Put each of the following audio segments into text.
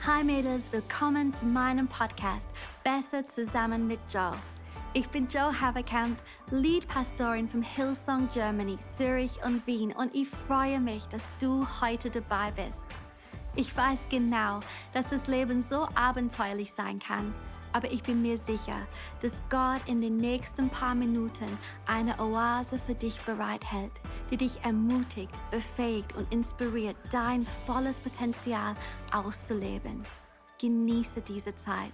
Hi Mädels, willkommen zu meinem Podcast Besser zusammen mit Joe. Ich bin Joe Haverkamp, Lead-Pastorin von Hillsong Germany, Zürich und Wien und ich freue mich, dass du heute dabei bist. Ich weiß genau, dass das Leben so abenteuerlich sein kann, aber ich bin mir sicher, dass Gott in den nächsten paar Minuten eine Oase für dich bereithält, die dich ermutigt, befähigt und inspiriert, dein volles Potenzial auszuleben. Genieße diese Zeit.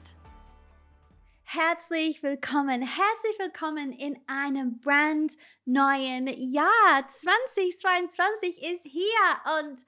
Herzlich willkommen in einem brandneuen Jahr. 2022 ist hier und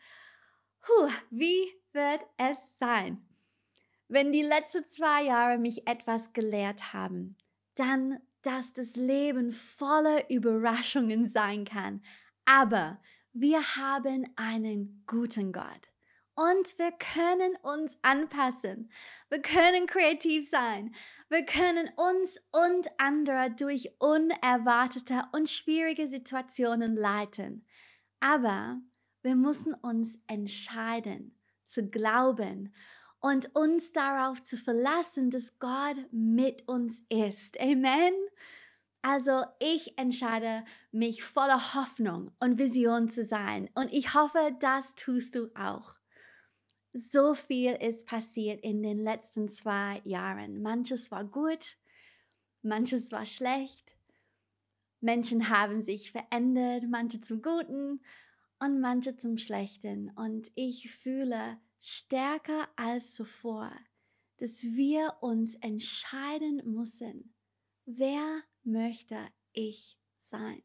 wie wird es sein? Wenn die letzten 2 Jahre mich etwas gelehrt haben, dann, dass das Leben voller Überraschungen sein kann. Aber wir haben einen guten Gott und wir können uns anpassen. Wir können kreativ sein. Wir können uns und andere durch unerwartete und schwierige Situationen leiten. Aber wir müssen uns entscheiden, zu glauben und uns darauf zu verlassen, dass Gott mit uns ist. Amen. Also ich entscheide mich voller Hoffnung und Vision zu sein und ich hoffe, das tust du auch. So viel ist passiert in den letzten 2 Jahren. Manches war gut, manches war schlecht. Menschen haben sich verändert, manche zum Guten und manche zum Schlechten. Und ich fühle stärker als zuvor, dass wir uns entscheiden müssen, wer möchte ich sein?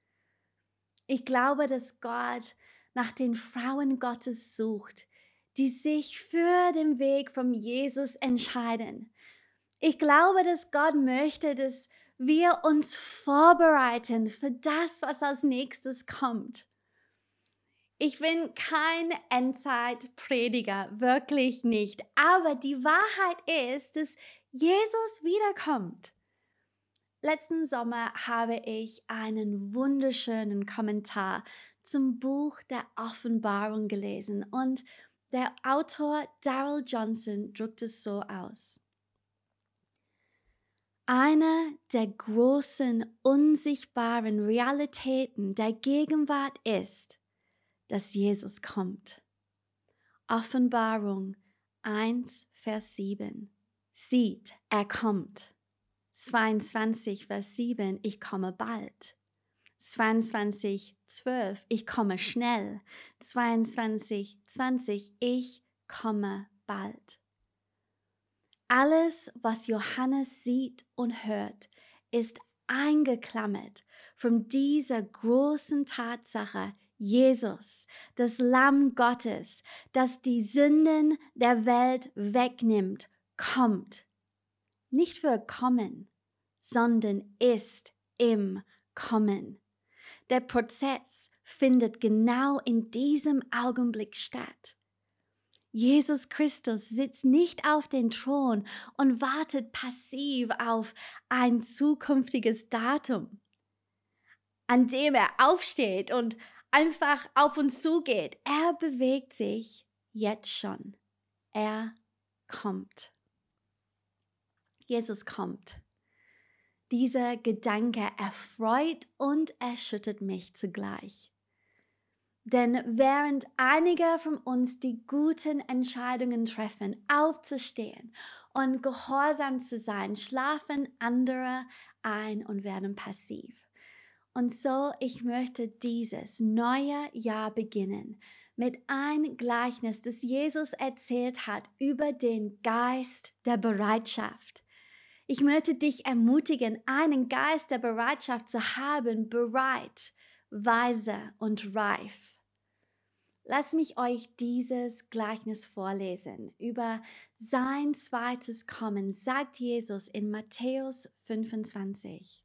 Ich glaube, dass Gott nach den Frauen Gottes sucht, die sich für den Weg von Jesus entscheiden. Ich glaube, dass Gott möchte, dass wir uns vorbereiten für das, was als nächstes kommt. Ich bin kein Endzeitprediger, wirklich nicht. Aber die Wahrheit ist, dass Jesus wiederkommt. Letzten Sommer habe ich einen wunderschönen Kommentar zum Buch der Offenbarung gelesen und der Autor Darrell Johnson drückt es so aus. Eine der großen, unsichtbaren Realitäten der Gegenwart ist, dass Jesus kommt. Offenbarung 1, Vers 7. Sieht, er kommt. 22, Vers 7, ich komme bald. 22, 12, ich komme schnell. 22, 20, ich komme bald. Alles, was Johannes sieht und hört, ist eingeklammert von dieser großen Tatsache, Jesus, das Lamm Gottes, das die Sünden der Welt wegnimmt, kommt. Nicht für kommen, sondern ist im Kommen. Der Prozess findet genau in diesem Augenblick statt. Jesus Christus sitzt nicht auf dem Thron und wartet passiv auf ein zukünftiges Datum, an dem er aufsteht und einfach auf uns zugeht. Er bewegt sich jetzt schon. Er kommt. Jesus kommt. Dieser Gedanke erfreut und erschüttert mich zugleich. Denn während einige von uns die guten Entscheidungen treffen, aufzustehen und gehorsam zu sein, schlafen andere ein und werden passiv. Und so, ich möchte dieses neue Jahr beginnen mit einem Gleichnis, das Jesus erzählt hat über den Geist der Bereitschaft. Ich möchte dich ermutigen, einen Geist der Bereitschaft zu haben, bereit, weise und reif. Lass mich euch dieses Gleichnis vorlesen. Über sein zweites Kommen sagt Jesus in Matthäus 25.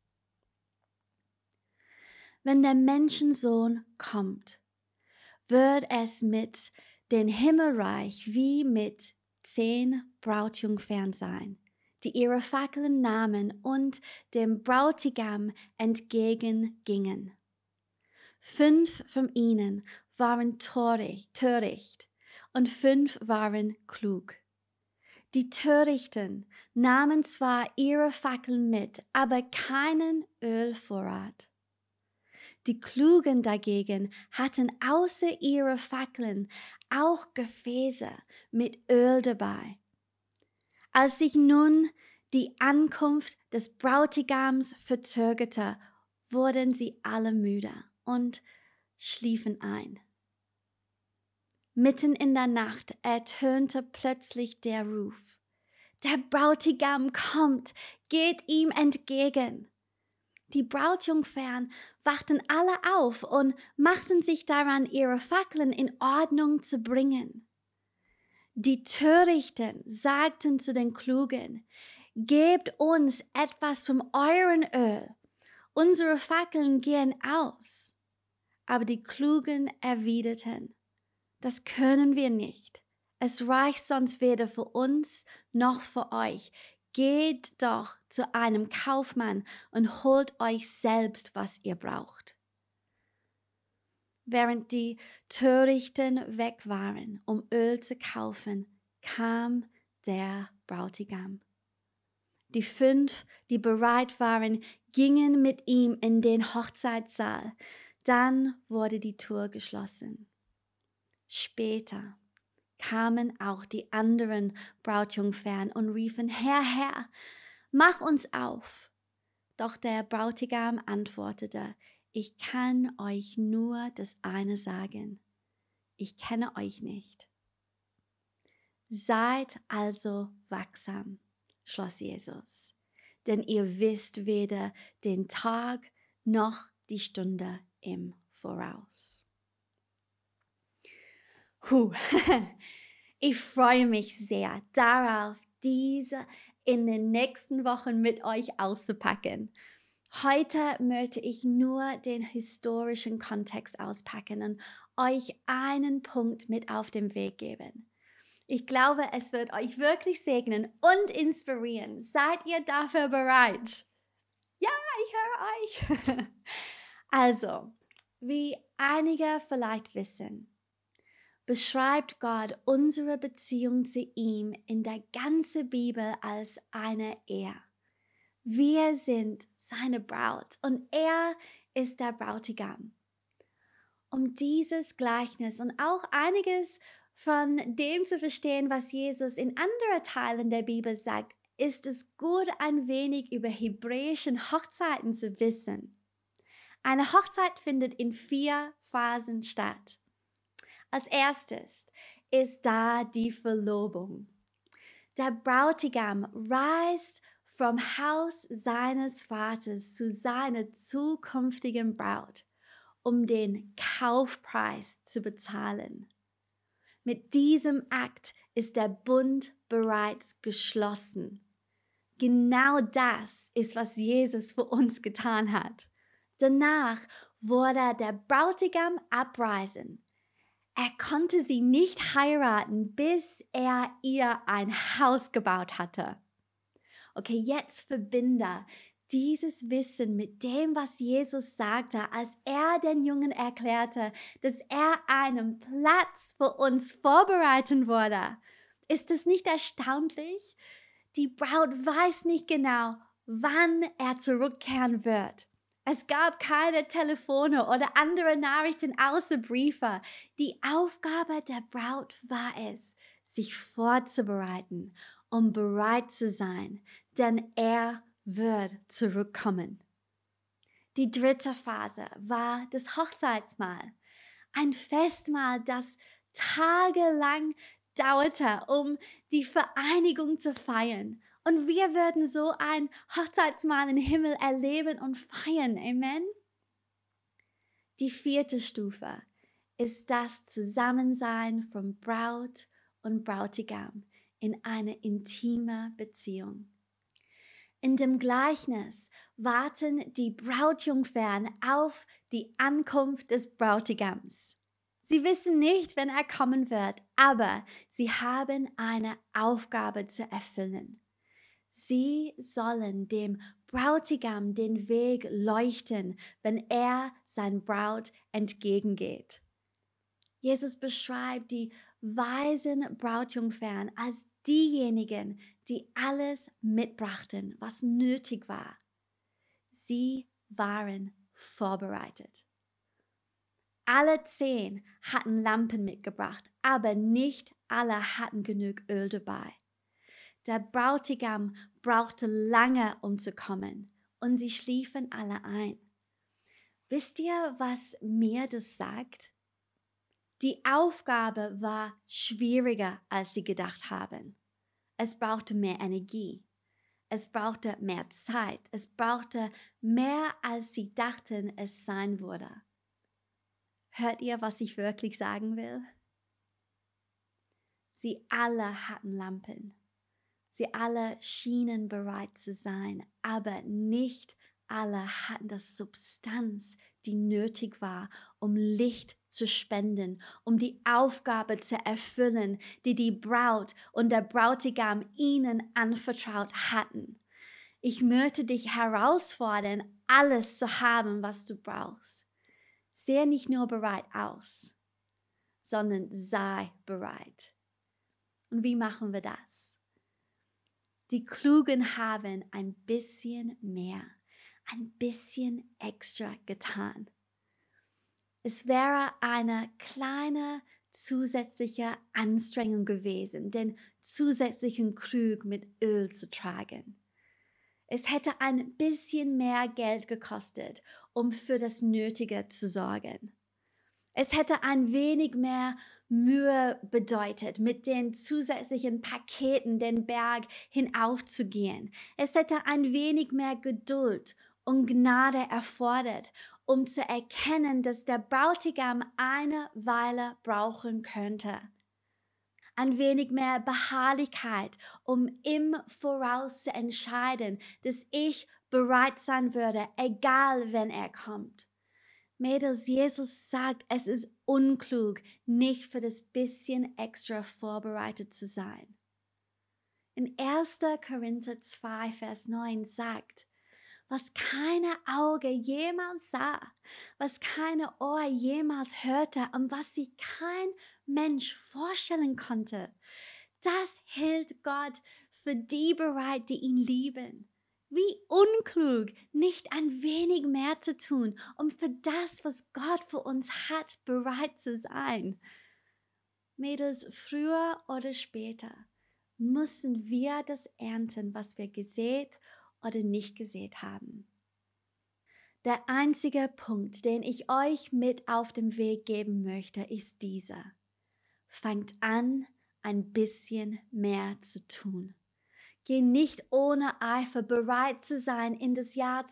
Wenn der Menschensohn kommt, wird es mit dem Himmelreich wie mit 10 Brautjungfern sein, die ihre Fackeln nahmen und dem Bräutigam entgegengingen. 5 von ihnen waren töricht und 5 waren klug. Die Törichten nahmen zwar ihre Fackeln mit, aber keinen Ölvorrat. Die Klugen dagegen hatten außer ihrer Fackeln auch Gefäße mit Öl dabei. Als sich nun die Ankunft des Bräutigams verzögerte, wurden sie alle müde und schliefen ein. Mitten in der Nacht ertönte plötzlich der Ruf: Der Bräutigam kommt, geht ihm entgegen. Die Brautjungfern wachten alle auf und machten sich daran, ihre Fackeln in Ordnung zu bringen. Die Törichten sagten zu den Klugen: Gebt uns etwas von eurem Öl, unsere Fackeln gehen aus. Aber die Klugen erwiderten: Das können wir nicht. Es reicht sonst weder für uns noch für euch. Geht doch zu einem Kaufmann und holt euch selbst, was ihr braucht. Während die Törichten weg waren, um Öl zu kaufen, kam der Bräutigam. Die 5, die bereit waren, gingen mit ihm in den Hochzeitssaal. Dann wurde die Tür geschlossen. Später kamen auch die anderen Brautjungfern und riefen: Herr, Herr, mach uns auf. Doch der Bräutigam antwortete: Ich kann euch nur das eine sagen: Ich kenne euch nicht. Seid also wachsam, schloss Jesus, denn ihr wisst weder den Tag noch die Stunde im Voraus. Ich freue mich sehr darauf, diese in den nächsten Wochen mit euch auszupacken. Heute möchte ich nur den historischen Kontext auspacken und euch einen Punkt mit auf den Weg geben. Ich glaube, es wird euch wirklich segnen und inspirieren. Seid ihr dafür bereit? Ja, ich höre euch. Also, wie einige vielleicht wissen, beschreibt Gott unsere Beziehung zu ihm in der ganzen Bibel als eine Ehe. Wir sind seine Braut und er ist der Bräutigam. Um dieses Gleichnis und auch einiges von dem zu verstehen, was Jesus in anderen Teilen der Bibel sagt, ist es gut, ein wenig über hebräischen Hochzeiten zu wissen. Eine Hochzeit findet in 4 Phasen statt. Als erstes ist da die Verlobung. Der Bräutigam reist vom Haus seines Vaters zu seiner zukünftigen Braut, um den Kaufpreis zu bezahlen. Mit diesem Akt ist der Bund bereits geschlossen. Genau das ist, was Jesus für uns getan hat. Danach wurde der Bräutigam abreisen. Er konnte sie nicht heiraten, bis er ihr ein Haus gebaut hatte. Okay, jetzt verbinde dieses Wissen mit dem, was Jesus sagte, als er den Jungen erklärte, dass er einen Platz für uns vorbereiten würde. Ist es nicht erstaunlich? Die Braut weiß nicht genau, wann er zurückkehren wird. Es gab keine Telefone oder andere Nachrichten außer Briefe. Die Aufgabe der Braut war es, sich vorzubereiten, um bereit zu sein, denn er wird zurückkommen. Die 3. Phase war das Hochzeitsmahl, ein Festmahl, das tagelang dauerte, um die Vereinigung zu feiern. Und wir werden so ein Hochzeitsmahl im Himmel erleben und feiern. Amen. Die 4. Stufe ist das Zusammensein von Braut und Bräutigam in eine intime Beziehung. In dem Gleichnis warten die Brautjungfern auf die Ankunft des Bräutigams. Sie wissen nicht, wann er kommen wird, aber sie haben eine Aufgabe zu erfüllen. Sie sollen dem Bräutigam den Weg leuchten, wenn er sein Braut entgegengeht. Jesus beschreibt die weisen Brautjungfern als diejenigen, die alles mitbrachten, was nötig war. Sie waren vorbereitet. Alle 10 hatten Lampen mitgebracht, aber nicht alle hatten genug Öl dabei. Der Bräutigam brauchte lange, um zu kommen, und sie schliefen alle ein. Wisst ihr, was mir das sagt? Die Aufgabe war schwieriger, als sie gedacht haben. Es brauchte mehr Energie. Es brauchte mehr Zeit. Es brauchte mehr, als sie dachten, es sein würde. Hört ihr, was ich wirklich sagen will? Sie alle hatten Lampen. Sie alle schienen bereit zu sein, aber nicht alle hatten das Substanz, die nötig war, um Licht zu spenden, um die Aufgabe zu erfüllen, die die Braut und der Bräutigam ihnen anvertraut hatten. Ich möchte dich herausfordern, alles zu haben, was du brauchst. Sehe nicht nur bereit aus, sondern sei bereit. Und wie machen wir das? Die Klugen haben ein bisschen mehr, ein bisschen extra getan. Es wäre eine kleine zusätzliche Anstrengung gewesen, den zusätzlichen Krug mit Öl zu tragen. Es hätte ein bisschen mehr Geld gekostet, um für das Nötige zu sorgen. Es hätte ein wenig mehr Mühe bedeutet, mit den zusätzlichen Paketen den Berg hinaufzugehen. Es hätte ein wenig mehr Geduld und Gnade erfordert, um zu erkennen, dass der Bräutigam eine Weile brauchen könnte. Ein wenig mehr Beharrlichkeit, um im Voraus zu entscheiden, dass ich bereit sein würde, egal wenn er kommt. Mädels, Jesus sagt, es ist unklug, nicht für das bisschen extra vorbereitet zu sein. In 1. Korinther 2, Vers 9 sagt, was keine Auge jemals sah, was keine Ohr jemals hörte und was sich kein Mensch vorstellen konnte, das hält Gott für die bereit, die ihn lieben. Wie unklug, nicht ein wenig mehr zu tun, um für das, was Gott für uns hat, bereit zu sein. Mädels, früher oder später müssen wir das ernten, was wir gesät oder nicht gesät haben. Der einzige Punkt, den ich euch mit auf den Weg geben möchte, ist dieser. Fangt an, ein bisschen mehr zu tun. Geh nicht ohne Eifer bereit zu sein in das Jahr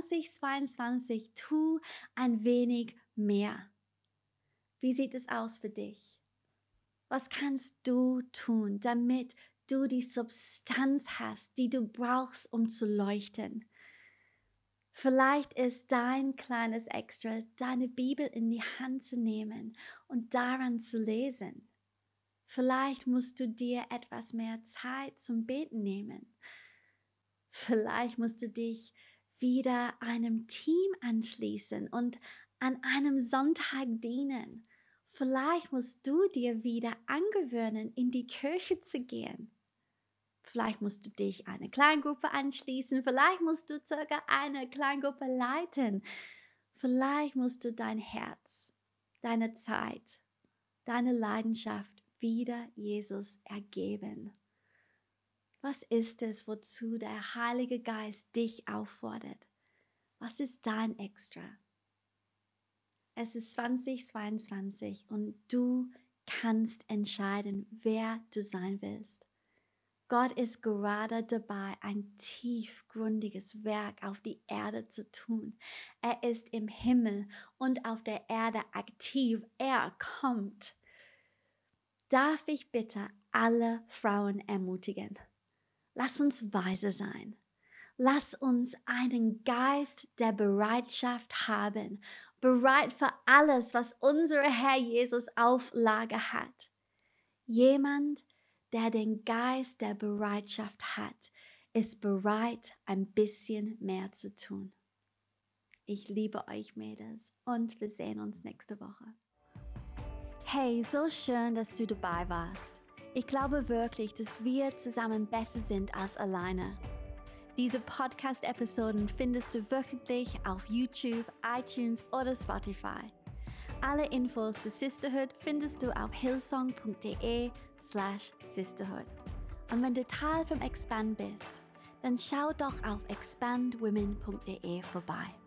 2022. Tu ein wenig mehr. Wie sieht es aus für dich? Was kannst du tun, damit du die Substanz hast, die du brauchst, um zu leuchten? Vielleicht ist dein kleines Extra, deine Bibel in die Hand zu nehmen und daran zu lesen. Vielleicht musst du dir etwas mehr Zeit zum Beten nehmen. Vielleicht musst du dich wieder einem Team anschließen und an einem Sonntag dienen. Vielleicht musst du dir wieder angewöhnen, in die Kirche zu gehen. Vielleicht musst du dich einer Kleingruppe anschließen. Vielleicht musst du sogar eine Kleingruppe leiten. Vielleicht musst du dein Herz, deine Zeit, deine Leidenschaft wieder Jesus ergeben. Was ist es, wozu der Heilige Geist dich auffordert? Was ist dein Extra? Es ist 2022 und du kannst entscheiden, wer du sein willst. Gott ist gerade dabei, ein tiefgründiges Werk auf die Erde zu tun. Er ist im Himmel und auf der Erde aktiv. Er kommt. Darf ich bitte alle Frauen ermutigen? Lass uns weise sein. Lass uns einen Geist der Bereitschaft haben, bereit für alles, was unser Herr Jesus auf Lager hat. Jemand, der den Geist der Bereitschaft hat, ist bereit, ein bisschen mehr zu tun. Ich liebe euch, Mädels, und wir sehen uns nächste Woche. Hey, so schön, dass du dabei warst. Ich glaube wirklich, dass wir zusammen besser sind als alleine. Diese Podcast-Episoden findest du wöchentlich auf YouTube, iTunes oder Spotify. Alle Infos zu Sisterhood findest du auf hillsong.de/sisterhood. Und wenn du Teil vom Expand bist, dann schau doch auf expandwomen.de vorbei.